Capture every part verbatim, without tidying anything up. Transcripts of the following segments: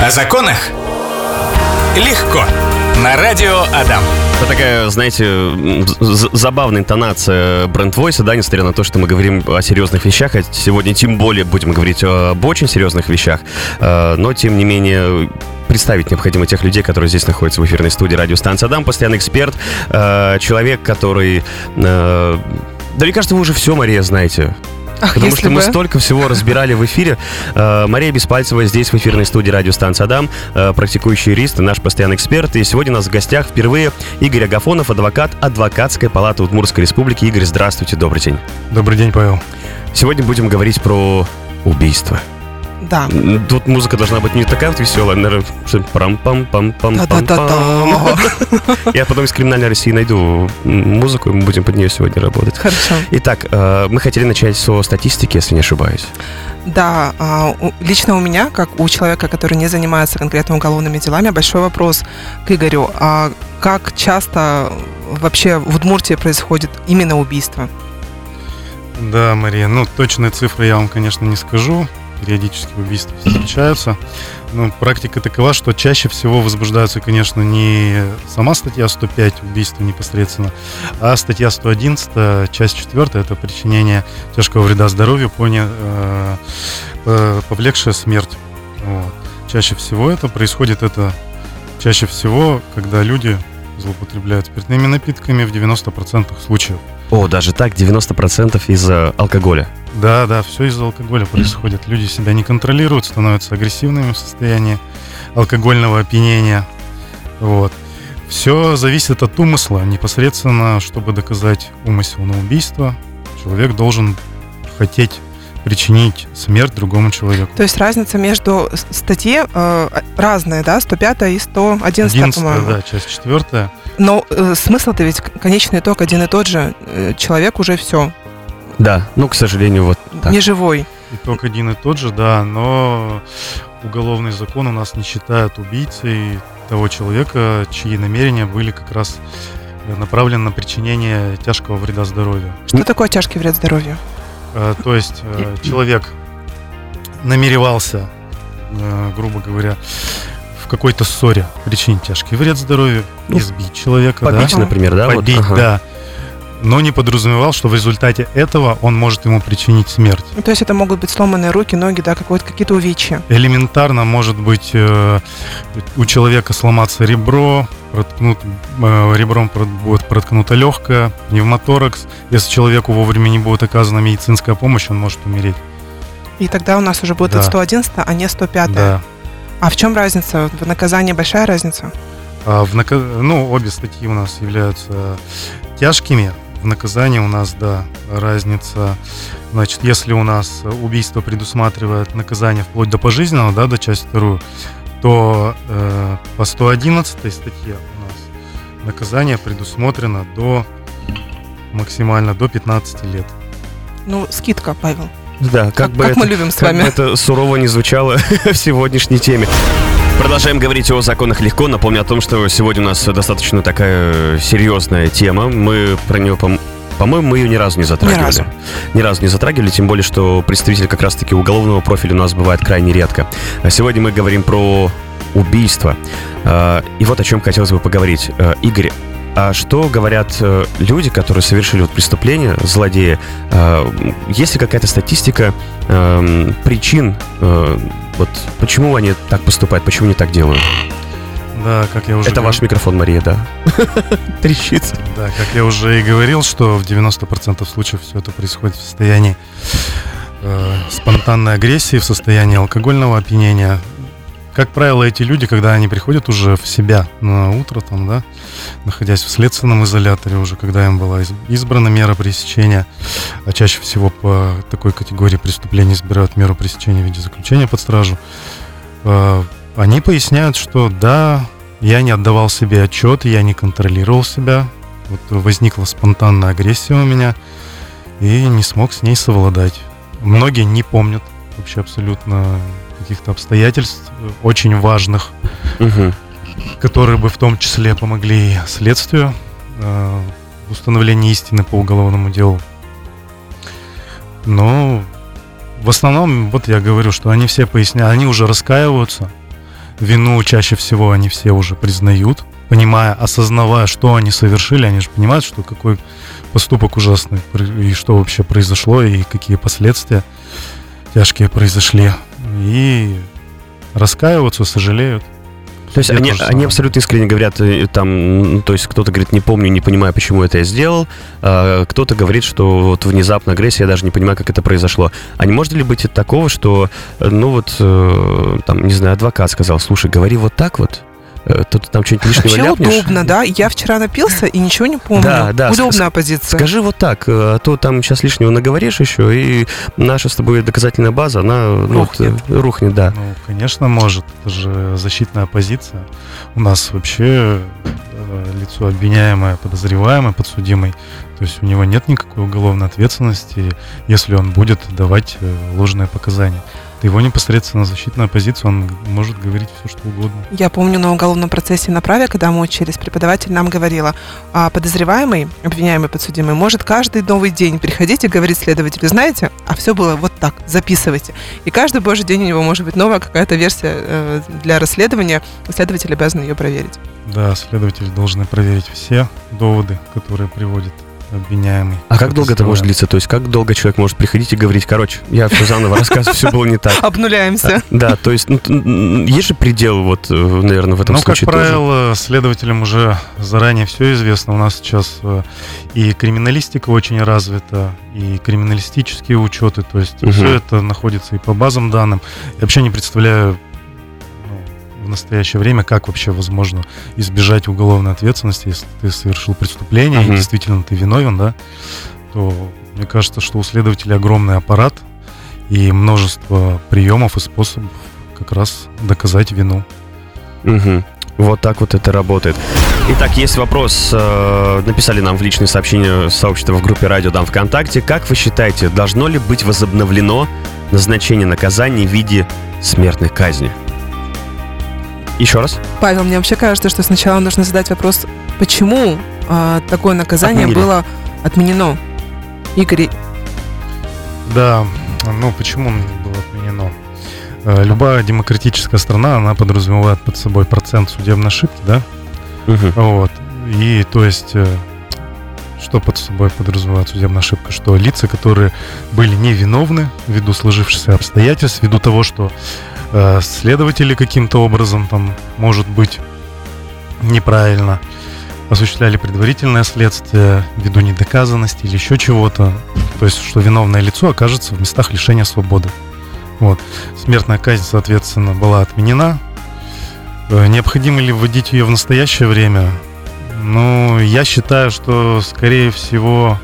О законах легко. На радио Адам. Это такая, знаете, з- забавная интонация бренд-войса, да, несмотря на то, что мы говорим о серьезных вещах, а сегодня тем более будем говорить об очень серьезных вещах, но, тем не менее, представить необходимо тех людей, которые здесь находятся в эфирной студии радиостанции Адам, постоянный эксперт, человек, который... Да мне кажется, вы уже все, Мария, знаете. Ах, Потому что бы. мы столько всего разбирали в эфире. Мария Беспальцева здесь, в эфирной студии радиостанции Адам, практикующий юрист, наш постоянный эксперт. И сегодня у нас в гостях впервые Игорь Агафонов, адвокат Адвокатской палаты Удмуртской республики. Игорь, здравствуйте, добрый день. Добрый день, Павел. Сегодня будем говорить про убийство. Да. Тут музыка должна быть не такая вот веселая, наверное, что-нибудь парам-пам-пам-пам-пам. Я потом из «Криминальной России» найду музыку, и мы будем под нее сегодня работать. Хорошо. Итак, мы хотели начать со статистики, если не ошибаюсь. Да, лично у меня, как у человека, который не занимается конкретно уголовными делами, большой вопрос к Игорю. А как часто вообще в Удмуртии происходит именно убийство? Да, Мария, ну точные цифры я вам, конечно, не скажу. Периодически убийства встречаются. Но практика такова, что чаще всего возбуждаются, конечно, не сама статья сто пять убийства непосредственно, а статья сто одиннадцать, часть четвёртая, это причинение тяжкого вреда здоровью, поне, э, повлекшее смерть. Вот. Чаще всего это происходит, это чаще всего, когда люди злоупотребляют спиртными напитками в девяносто процентов случаев. О, даже так, девяносто процентов из-за алкоголя. Да, да, все из-за алкоголя происходит. Люди себя не контролируют, становятся агрессивными в состоянии алкогольного опьянения. Вот. Все зависит от умысла. Непосредственно, чтобы доказать умысел на убийство, человек должен хотеть причинить смерть другому человеку. То есть разница между статьи э, разная, да, сто пятая и сто одиннадцатая, по-моему. Да, часть четвертая. Но э, смысл-то ведь конечный итог один и тот же. Э, человек уже все. Да, ну, к сожалению, вот так. Не живой. Итог один и тот же, да, но уголовный закон у нас не считает убийцей того человека, чьи намерения были как раз направлены на причинение тяжкого вреда здоровью. Что такое тяжкий вред здоровью? То есть человек намеревался, грубо говоря, в какой-то ссоре причинить тяжкий вред здоровью, избить человека. Побить, да? например, да? Побить, вот, ага. да. Но не подразумевал, что в результате этого он может ему причинить смерть. Ну, то есть это могут быть сломанные руки, ноги, да, какие-то увечья. Элементарно может быть э, у человека сломаться ребро, проткнут, э, ребром будет проткнуто легкое, пневмоторакс. Если человеку вовремя не будет оказана медицинская помощь, он может умереть. И тогда у нас уже будет да. сто одиннадцатая, а не сто пятая. Да. А в чем разница? В наказании большая разница? А в наказ... Ну, обе статьи у нас являются тяжкими. В наказании у нас, да, разница. Значит, если у нас убийство предусматривает наказание вплоть до пожизненного, да, до части вторую, то э, по сто одиннадцатой статье у нас наказание предусмотрено до максимально до пятнадцати лет. Ну, скидка, Павел. Да, как, как, бы как это, мы любим с как вами. бы это сурово не звучало в сегодняшней теме. Продолжаем говорить о законах легко. Напомню о том, что сегодня у нас достаточно такая серьезная тема. Мы про нее, по- по-моему, мы ее ни разу не затрагивали. Ни разу. Ни разу не затрагивали, тем более, что представитель как раз-таки уголовного профиля у нас бывает крайне редко. А сегодня мы говорим про убийство. И вот о чем хотелось бы поговорить. Игорь, а что говорят люди, которые совершили вот преступление, злодеи? Есть ли какая-то статистика причин, вот почему они так поступают, почему они так делают? Да, как я уже Это говорил, ваш микрофон, Мария, да? Трещит. Да, как я уже и говорил, что в девяноста процентах случаев все это происходит в состоянии э, спонтанной агрессии, в состоянии алкогольного опьянения. Как правило, эти люди, когда они приходят уже в себя на утро, там, да, находясь в следственном изоляторе, уже когда им была избрана мера пресечения, а чаще всего по такой категории преступлений избирают меру пресечения в виде заключения под стражу, э, они поясняют, что да, я не отдавал себе отчет, я не контролировал себя, вот возникла спонтанная агрессия у меня, и не смог с ней совладать. Многие не помнят вообще абсолютно каких-то обстоятельств очень важных, Угу. которые бы в том числе помогли следствию э, в установлении истины по уголовному делу. Но в основном, вот я говорю, что они все поясняют, они уже раскаиваются, вину чаще всего они все уже признают, понимая, осознавая, что они совершили, они же понимают, что какой поступок ужасный, и что вообще произошло, и какие последствия тяжкие произошли. И раскаиваются, сожалеют. То есть они, они абсолютно искренне говорят, там, то есть кто-то говорит, не помню, не понимаю, почему это я сделал, а кто-то говорит, что вот внезапно агрессия, я даже не понимаю, как это произошло. А не может ли быть такого, что, ну вот, там, не знаю, адвокат сказал, слушай, говори вот так вот, тут там что-нибудь лишнего Вообще ляпнешь. удобно, да? Я вчера напился и ничего не помню. Да, да. Удобная позиция. Скажи вот так, а то там сейчас лишнего наговоришь еще, и наша с тобой доказательная база, она рухнет, ну, вот, рухнет, да. Ну, конечно, может. Это же защитная позиция. У нас вообще лицо обвиняемое, подозреваемое, подсудимый, то есть у него нет никакой уголовной ответственности, если он будет давать ложные показания. Это его непосредственно защитная позиция, он может говорить все, что угодно. Я помню на уголовном процессе на праве, когда мы учились, преподаватель нам говорила, а подозреваемый, обвиняемый, подсудимый может каждый новый день приходить и говорить следователю, знаете, а все было вот так, записывайте. И каждый божий день у него может быть новая какая-то версия э, для расследования, следователь обязан ее проверить. Да, следователи должны проверить все доводы, которые приводит обвиняемый. А как долго это может длиться? То есть как долго человек может приходить и говорить, короче, я все заново рассказываю, все было не так. Обнуляемся. Да, то есть есть же предел, вот, наверное, в этом случае тоже. Ну, как правило, следователям уже заранее все известно. У нас сейчас и криминалистика очень развита, и криминалистические учеты, то есть все это находится и по базам данным. Я вообще не представляю в настоящее время, как вообще возможно избежать уголовной ответственности, если ты совершил преступление, uh-huh. и действительно ты виновен, да, то мне кажется, что у следователей огромный аппарат и множество приемов и способов как раз доказать вину. Uh-huh. Вот так вот это работает. Итак, есть вопрос. Написали нам в личные сообщения сообщества в группе Радио Дам ВКонтакте. Как вы считаете, должно ли быть возобновлено назначение наказаний в виде смертной казни? Еще раз. Павел, мне вообще кажется, что сначала нужно задать вопрос, почему э, такое наказание Отменили. было отменено. Игорь. Да, ну почему было отменено? Любая демократическая страна, она подразумевает под собой процент судебной ошибки, да? Угу. Вот. И то есть, что под собой подразумевает судебная ошибка? Что лица, которые были невиновны ввиду сложившихся обстоятельств, ввиду того, что следователи каким-то образом, там, может быть, неправильно осуществляли предварительное следствие ввиду недоказанности или еще чего-то. То есть, что виновное лицо окажется в местах лишения свободы. Вот. Смертная казнь, соответственно, была отменена. Необходимо ли вводить ее в настоящее время? Ну, я считаю, что, скорее всего,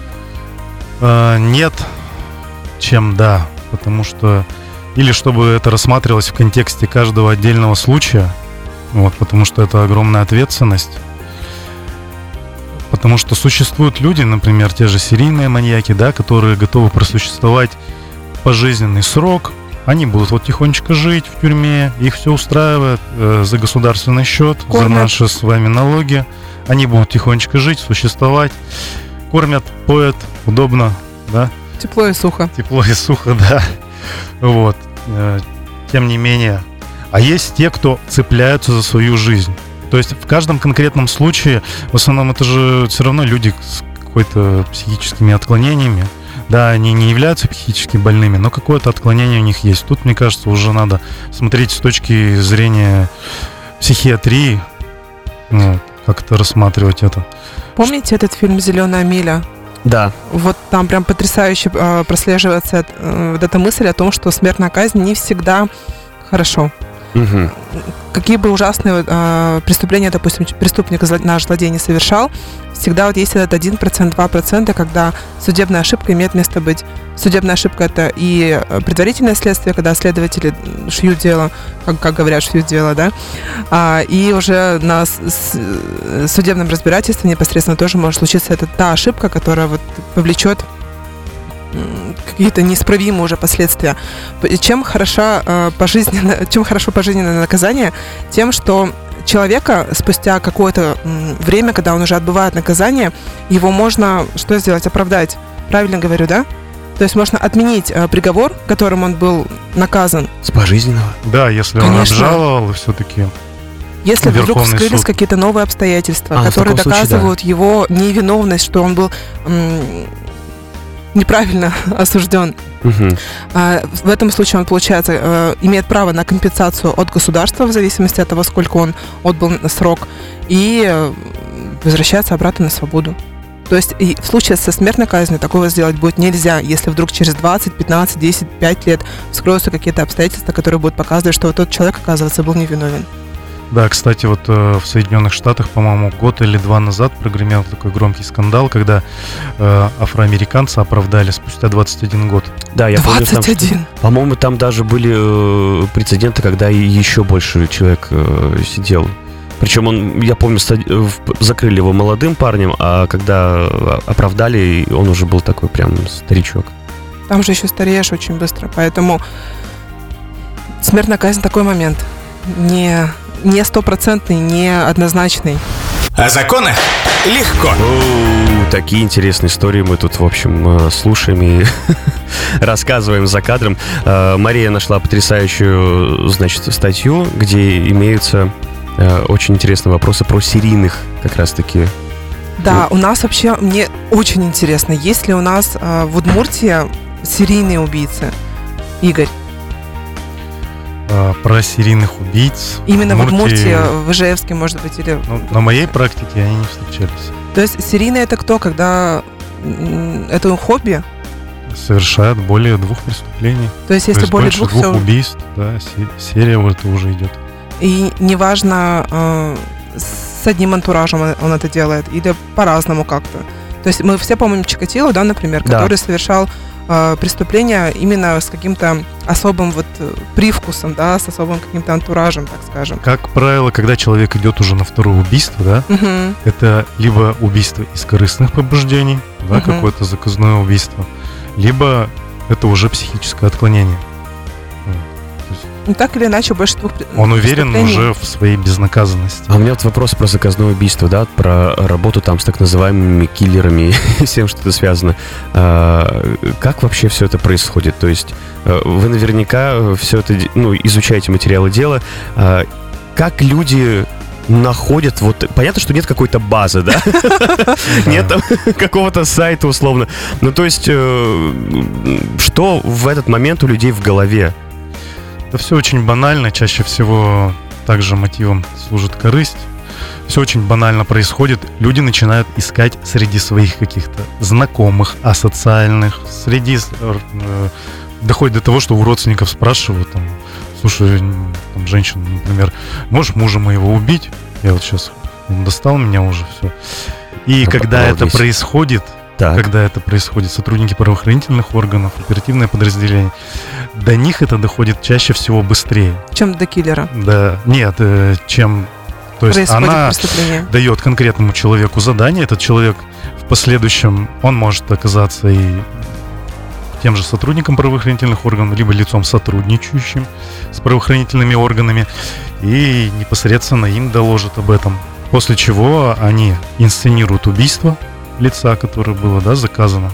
нет, чем да. Потому что или чтобы это рассматривалось в контексте каждого отдельного случая, вот, потому что это огромная ответственность. Потому что существуют люди, например, те же серийные маньяки, да, которые готовы просуществовать пожизненный срок. Они будут вот тихонечко жить в тюрьме, их все устраивает э, за государственный счет, кормят. За наши с вами налоги. Они будут тихонечко жить, существовать. Кормят, поят, удобно, да. Тепло и сухо. Тепло и сухо, да. Вот. Тем не менее, а есть те, кто цепляются за свою жизнь. То есть в каждом конкретном случае, в основном это же все равно люди с какой-то психическими отклонениями. Да, они не являются психически больными, но какое-то отклонение у них есть. Тут, мне кажется, уже надо смотреть с точки зрения психиатрии, ну, как-то рассматривать это. Помните этот фильм «Зеленая миля»? Да. Вот там прям потрясающе э, прослеживается э, вот эта мысль о том, что смертная казнь не всегда хорошо. Угу. Какие бы ужасные э, преступления, допустим, преступник наш злодей не совершал, всегда вот есть этот один процент, два процента, когда судебная ошибка имеет место быть. Судебная ошибка — это и предварительное следствие, когда следователи шьют дело, как, как говорят, шьют дело, да, а, и уже на с, с, судебном разбирательстве непосредственно тоже может случиться это та ошибка, которая вот повлечет какие-то неисправимые уже последствия. Чем хороша э, пожизненное, чем хорошо пожизненное наказание? Тем, что человека спустя какое-то м, время, когда он уже отбывает наказание, его можно что сделать? Оправдать. Правильно говорю, да? То есть можно отменить э, приговор, которым он был наказан. С пожизненного? Да, если Конечно. он обжаловал, все-таки Если вдруг Верховный вскрылись суд. какие-то новые обстоятельства, А, в которые таком случае, доказывают его невиновность, что он был м, неправильно осужден. Мгм. А, в этом случае он, получается, э, имеет право на компенсацию от государства в зависимости от того, сколько он отбыл на срок, и э, возвращается обратно на свободу. То есть и в случае со смертной казнью такого сделать будет нельзя, если вдруг через двадцать, пятнадцать, десять, пять лет вскроются какие-то обстоятельства, которые будут показывать, что вот тот человек, оказывается, был невиновен. Да, кстати, вот э, в Соединенных Штатах, по-моему, год или два назад прогремел такой громкий скандал, когда э, афроамериканца оправдали спустя двадцать один год. Да, я помню, там, двадцать один. что- по-моему, там даже были э, прецеденты, когда и еще больше человек э, сидел. Причем он, я помню, ста- в- закрыли его молодым парнем, а когда э, оправдали, он уже был такой прям старичок. Там же еще стареешь очень быстро, поэтому смертная казнь такой момент. Не не стопроцентный, не однозначный. О законах легко. О, такие интересные истории мы тут, в общем, э, слушаем и рассказываем за кадром. Э, Мария нашла потрясающую, значит, статью, где имеются э, очень интересные вопросы про серийных, как раз-таки. Да, у нас вообще, мне очень интересно, есть ли у нас э, в Удмуртии серийные убийцы? Игорь, Э, про серийных убийц. именно в Удмуртии, Удмуртии, в Ижевске, может быть, или... ну, на моей практике они не встречались. То есть серийный это кто, когда м, это хобби? Совершают более двух преступлений. То есть То если есть более больше двух, двух всё- убийств, да, се- серия вот это уже идет. и неважно, э, с одним антуражем он- он это делает, или по-разному как-то. То есть мы все помним Чикатило, да, например, Да. который совершал э, преступления именно с каким-то особым вот э, привкусом, да, с особым каким-то антуражем, так скажем. Как правило, когда человек идет уже на второе убийство, да, Мгм. это либо убийство из корыстных побуждений, да, Мгм. какое-то заказное убийство, либо это уже психическое отклонение. Ну, так или иначе, больше двух пре- Он уверен преступлений. уже в своей безнаказанности. А у меня вот вопрос про заказное убийство, да, про работу там с так называемыми киллерами и всем, что это связано. А, как вообще все это происходит? То есть э, вы наверняка все это, де- ну, изучаете материалы дела. А, как люди находят, вот, понятно, что нет какой-то базы, да? Нет там какого-то сайта условно. Ну, то есть, э, что в этот момент у людей в голове? Это все очень банально, чаще всего также мотивом служит корысть. Все очень банально происходит. Люди начинают искать среди своих каких-то знакомых, асоциальных, среди... э, доходит до того, что у родственников спрашивают, там, слушай, м, там, женщина, например, можешь мужа моего убить? Я вот сейчас, он достал меня уже, все. И Об- когда это обалдеть. происходит, Так. когда это происходит, сотрудники правоохранительных органов, оперативное подразделение, до них это доходит чаще всего быстрее. Чем до киллера Да, нет, э, чем... То есть происходит она преступление. дает конкретному человеку задание, этот человек в последующем, он может оказаться и тем же сотрудником правоохранительных органов, либо лицом сотрудничающим с правоохранительными органами, и непосредственно им доложат об этом. После чего они инсценируют убийство лица, которое было, да, заказано,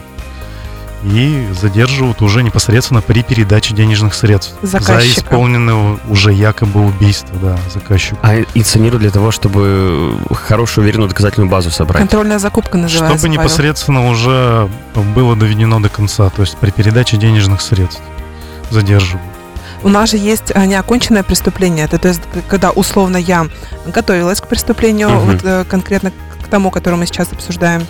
и задерживают уже непосредственно при передаче денежных средств за Заказчика. исполненное уже якобы убийство, да, заказчику. А инсценируют для того, чтобы хорошую, уверенную доказательную базу собрать. Контрольная закупка называется. Чтобы Павел. непосредственно уже было доведено до конца, то есть при передаче денежных средств задерживают. У нас же есть а, неоконченное преступление. Это то есть, к- когда условно я готовилась к преступлению, Мгм. вот э, конкретно к тому, который мы сейчас обсуждаем,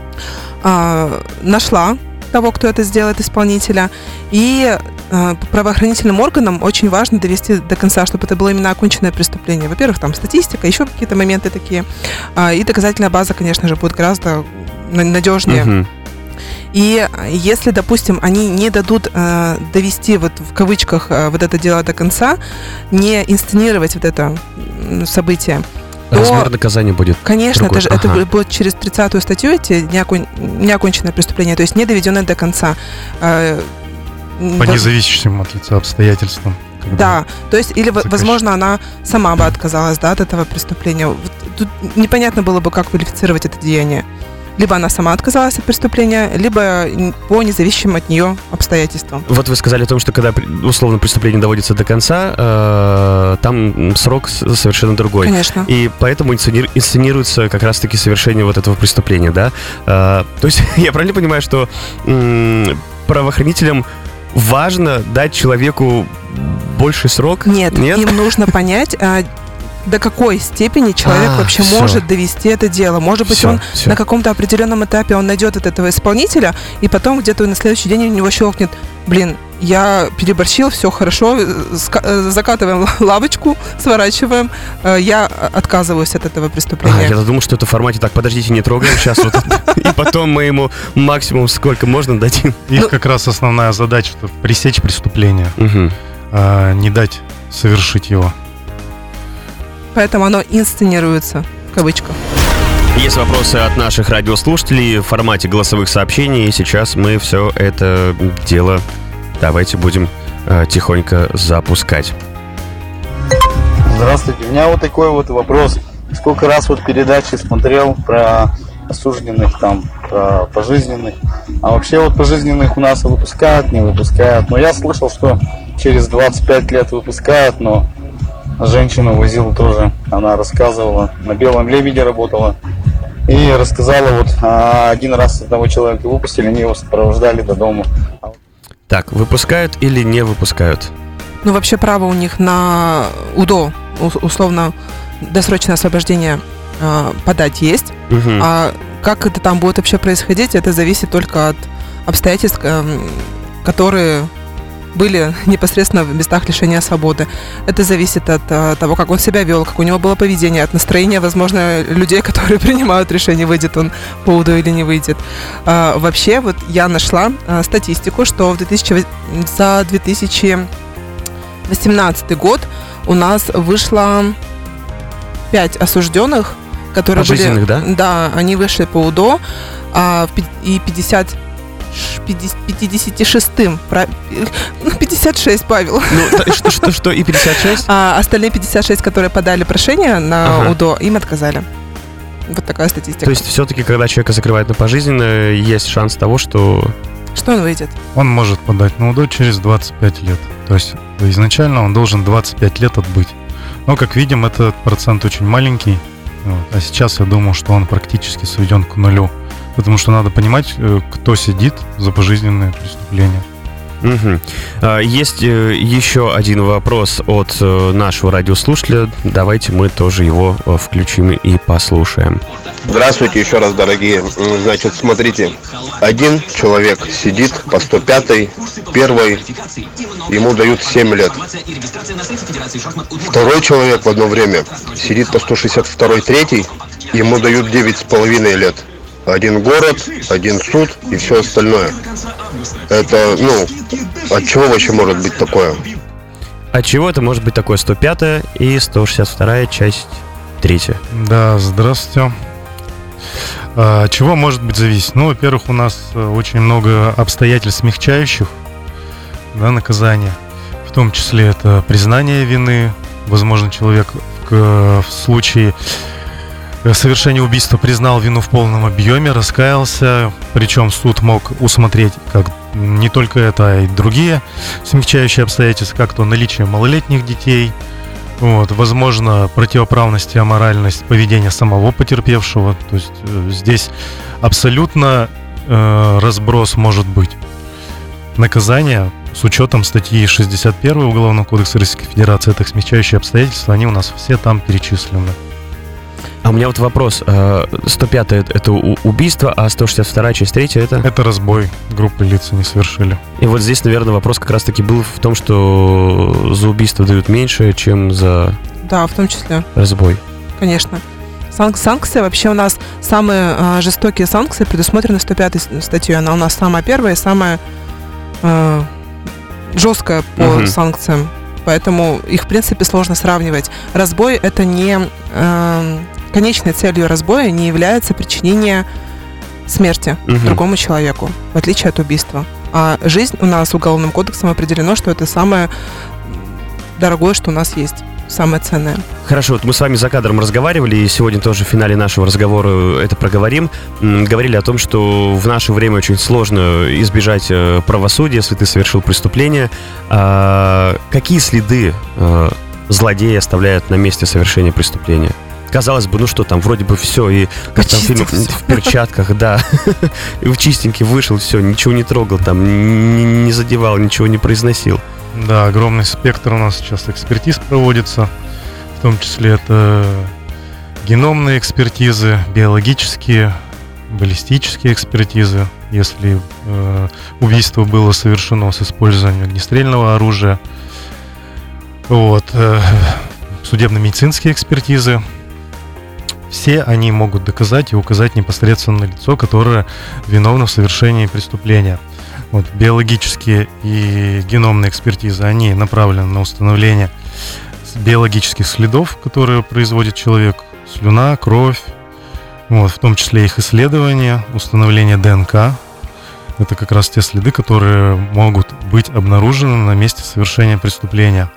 а, нашла того, кто это сделает, исполнителя, и а, правоохранительным органам очень важно довести до конца, чтобы это было именно оконченное преступление. Во-первых, там статистика, еще какие-то моменты такие, а, и доказательная база, конечно же, будет гораздо на- надежнее. Мгм. И если, допустим, они не дадут э, довести вот в кавычках э, вот это дело до конца, не инсценировать вот это м, событие, то, Размер наказания будет. конечно, другой. это, же, это Ага. будет через тридцатую статью идти неокон- неоконченное преступление, то есть не доведенное до конца. Э, По да- независимым от лица обстоятельствам. когда- Да, то есть, или, в- Заказчик. возможно, она сама бы отказалась, да, от этого преступления. Вот тут непонятно было бы, как квалифицировать это деяние. либо она сама отказалась от преступления, либо по независимым от нее обстоятельствам. Вот вы сказали о том, что когда условно преступление доводится до конца, э, там срок совершенно другой. Конечно. И поэтому инсцени- инсценируется как раз-таки совершение вот этого преступления, да? Э, то есть я правильно понимаю, что м- правоохранителям важно дать человеку больший срок? Нет, Нет? им нужно понять, а, до какой степени человек А, вообще всё. может довести это дело. Может быть, Всё, он всё. на каком-то определенном этапе он найдет вот этого исполнителя, и потом где-то на следующий день у него щелкнет: блин, я переборщил, все хорошо, ска- закатываем лавочку, сворачиваем, э, я отказываюсь от этого А, преступления. я думал, что это в формате «так, подождите, не трогаем сейчас вот и потом мы ему максимум сколько можно дадим». Их Ну- как раз основная задача — это пресечь преступление, Мгм. а не дать совершить его. Поэтому оно инсценируется, в кавычках. Есть вопросы от наших радиослушателей в формате голосовых сообщений, и сейчас мы все это дело давайте будем э, тихонько запускать. Здравствуйте, у меня вот такой вот вопрос. Сколько раз вот передачи смотрел про осужденных там, про пожизненных. А вообще вот пожизненных у нас выпускают, не выпускают. Но я слышал, что через двадцать пять лет выпускают, но женщину возил тоже. Она рассказывала, на «Белом лебеде» работала. И рассказала, вот а, один раз одного человека выпустили, они его сопровождали до дома. Так, выпускают или не выпускают? Ну, вообще право у них на УДО, ус- условно, досрочное освобождение э, подать есть. Мгм. А как это там будет вообще происходить, это зависит только от обстоятельств, эм, которые были непосредственно в местах лишения свободы. Это зависит от э, того, как он себя вел, как у него было поведение, от настроения, возможно, людей, которые принимают решение, выйдет он по УДО или не выйдет. А, вообще, вот я нашла э, статистику, что в две тысячи, вось- за две тысячи восемнадцатый год у нас вышло пять осужденных, которые Пожизненных, были... да? Да, они вышли по УДО, а, в пи- и пятьдесят ш- пятьдесят пятьдесят шестым, про- ну, пятьдесят шесть, Павел. Ну, та- что, что, что, и пятьдесят шесть? А остальные пятьдесят шесть, которые подали прошение на Ага. УДО, им отказали. Вот такая статистика. То есть все-таки, когда человека закрывают на пожизненно, есть шанс того, что... Что он выйдет? Он может подать на УДО через двадцать пять лет. То есть изначально он должен двадцать пять лет отбыть. Но, как видим, этот процент очень маленький. Вот. А сейчас я думаю, что он практически сведен к нулю. Потому что надо понимать, э, кто сидит за пожизненное преступление. Мгм. А, Есть э, еще один вопрос от э, нашего радиослушателя. Давайте мы тоже его э, включим и послушаем. Здравствуйте еще раз, дорогие. М, Значит, смотрите, один человек сидит по сто пятой, первой, ему дают семь лет. Второй человек в одно время сидит по сто шестьдесят второй, третий, ему дают девять с половиной лет. Один город, один суд и все остальное. Это, ну, от чего вообще может быть такое? От чего это может быть такое? сто пятая и сто шестьдесят вторая часть третья. Да, здравствуйте. А, чего может быть зависеть? Ну, во-первых, у нас э, очень много обстоятельств смягчающих, да, наказания. В том числе это признание вины. Возможно, человек в, в случае совершения убийства признал вину в полном объеме, раскаялся. Причем суд мог усмотреть как не только это, а и другие смягчающие обстоятельства, как то наличие малолетних детей. Вот, возможно, противоправность и аморальность поведения самого потерпевшего. То есть э, здесь абсолютно э, разброс может быть. Наказание с учетом статьи шестьдесят первой Уголовного кодекса Российской Федерации, это смягчающие обстоятельства, они у нас все там перечислены. А у меня вот вопрос. э, сто пятая это у- убийство, а сто шестьдесят вторая часть третья это... Это разбой, группы лиц не совершили. И вот здесь, наверное, вопрос как раз-таки был в том, что за убийство дают меньше, чем за Да, в том числе, разбой. конечно. Санк- санкции вообще у нас самые э, жестокие санкции предусмотрены сто пятой с- статьей. Она у нас самая первая и самая э, жесткая по Мгм. санкциям. Поэтому их, в принципе, сложно сравнивать. Разбой — это не... э, конечной целью разбоя не является причинение смерти Мгм. другому человеку, в отличие от убийства. А жизнь у нас Уголовным кодексом определено, что это самое дорогое, что у нас есть. самое ценное. Хорошо, вот мы с вами за кадром разговаривали, и сегодня тоже в финале нашего разговора это проговорим. М, Говорили о том, что в наше время очень сложно избежать э, правосудия, если ты совершил преступление. А какие следы э, злодеи оставляют на месте совершения преступления? Казалось бы, ну что там, вроде бы все, и как там в фильме, в перчатках, да, и в чистенький вышел, все, ничего не трогал, там, не, не задевал, ничего не произносил. Да, огромный спектр у нас сейчас экспертиз проводится, в том числе это геномные экспертизы, биологические, баллистические экспертизы, если э, убийство было совершено с использованием огнестрельного оружия, вот, э, судебно-медицинские экспертизы. Все они могут доказать и указать непосредственно на лицо, которое виновно в совершении преступления. Вот, биологические и геномные экспертизы, они направлены на установление биологических следов, которые производит человек, слюна, кровь, вот, в том числе их исследование, установление ДНК. Это как раз те следы, которые могут быть обнаружены на месте совершения преступления.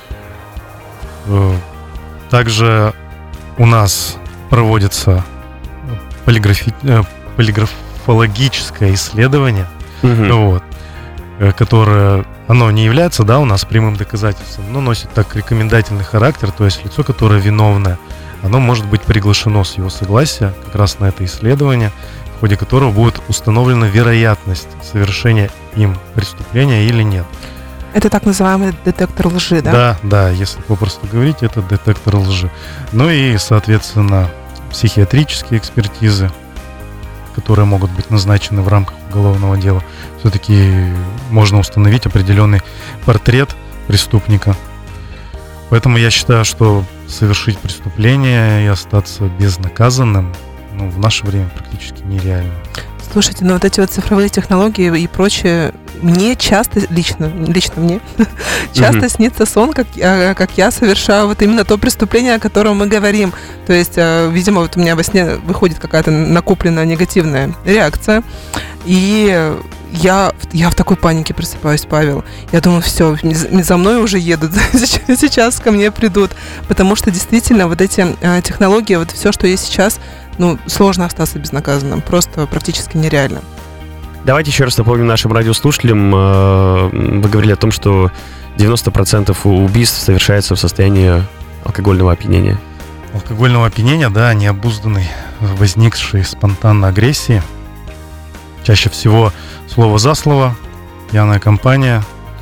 Также у нас проводится полиграфи... полиграфологическое исследование, Мгм. вот, э, которое, оно не является, да, у нас прямым доказательством, но носит так рекомендательный характер, то есть лицо, которое виновное, оно может быть приглашено с его согласия как раз на это исследование, в ходе которого будет установлена вероятность совершения им преступления или нет. Это так называемый детектор лжи, да? Да, да, если попросту говорить, это детектор лжи. Ну и, соответственно, психиатрические экспертизы, которые могут быть назначены в рамках уголовного дела. Все-таки можно установить определенный портрет преступника. Поэтому я считаю, что совершить преступление и остаться безнаказанным, ну, в наше время практически нереально. Слушайте, ну вот эти вот цифровые технологии и прочее, мне часто, лично, лично мне, часто Мгм. снится сон, как, я- как я совершаю вот именно то преступление, о котором мы говорим. То есть, э, видимо, вот у меня во сне выходит какая-то накопленная негативная реакция, и я, я в такой панике просыпаюсь, Павел. Я думаю, все, за мной уже едут, сейчас ко мне придут. Потому что действительно вот эти э, технологии, вот все, что есть сейчас, ну, сложно остаться безнаказанным, просто практически нереально. Давайте еще раз напомним нашим радиослушателям. э, Вы говорили о том, что девяносто процентов убийств совершается в состоянии алкогольного опьянения. Алкогольного опьянения, да, необузданной, возникшей спонтанной агрессии. Чаще всего слово за слово, пьяная компания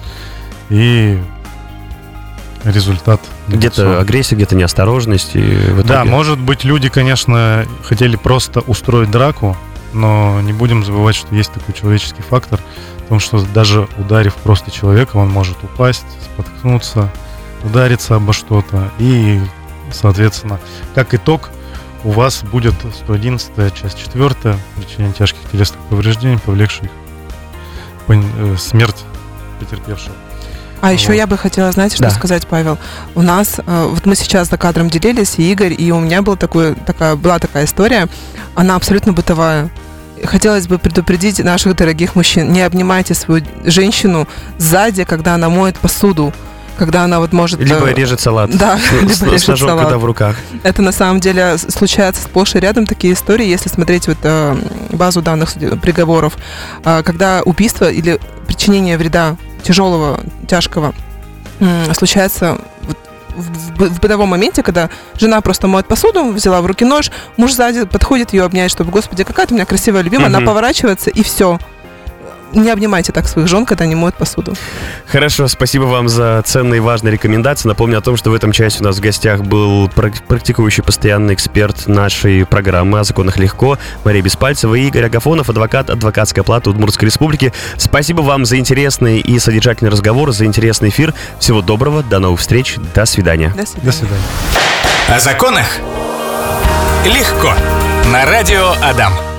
и результат Где-то налицо. агрессия, где-то неосторожность. И в итоге... Да, может быть, люди, конечно, хотели просто устроить драку, но не будем забывать, что есть такой человеческий фактор, в том, что даже ударив просто человека, он может упасть, споткнуться, удариться обо что-то. И, соответственно, как итог, у вас будет сто одиннадцатая часть четвёртая, причинение тяжких телесных повреждений, повлекших пон- э, смерть потерпевшего. А еще Вот. я бы хотела, знаете, что Да. сказать, Павел? У нас, э, вот мы сейчас за кадром делились, и Игорь, и у меня был такой, такая, была такая история, она абсолютно бытовая. Хотелось бы предупредить наших дорогих мужчин, не обнимайте свою женщину сзади, когда она моет посуду, когда она вот может... Либо э, режет салат. Да, С- либо с, режет с ножом, салат. когда в руках. Это на самом деле с- случается сплошь и рядом такие истории, если смотреть вот э, базу данных суде- приговоров, э, когда убийство или причинение вреда тяжелого, тяжкого м, случается вот в, в- в бытовом моменте, когда жена просто моет посуду, взяла в руки нож, муж сзади подходит ее обнять, чтобы, господи, какая ты у меня красивая любимая, Мгм. она поворачивается, и все. Не обнимайте так своих жен, когда они моют посуду. Хорошо, спасибо вам за ценные и важные рекомендации. Напомню о том, что в этом часе у нас в гостях был прак- практикующий постоянный эксперт нашей программы «О законах легко» Мария Беспальцева и Игорь Агафонов, адвокат адвокатской палаты Удмуртской республики. Спасибо вам за интересный и содержательный разговор, за интересный эфир. Всего доброго, до новых встреч, до свидания. До свидания. До свидания. О законах легко. На радио Адам.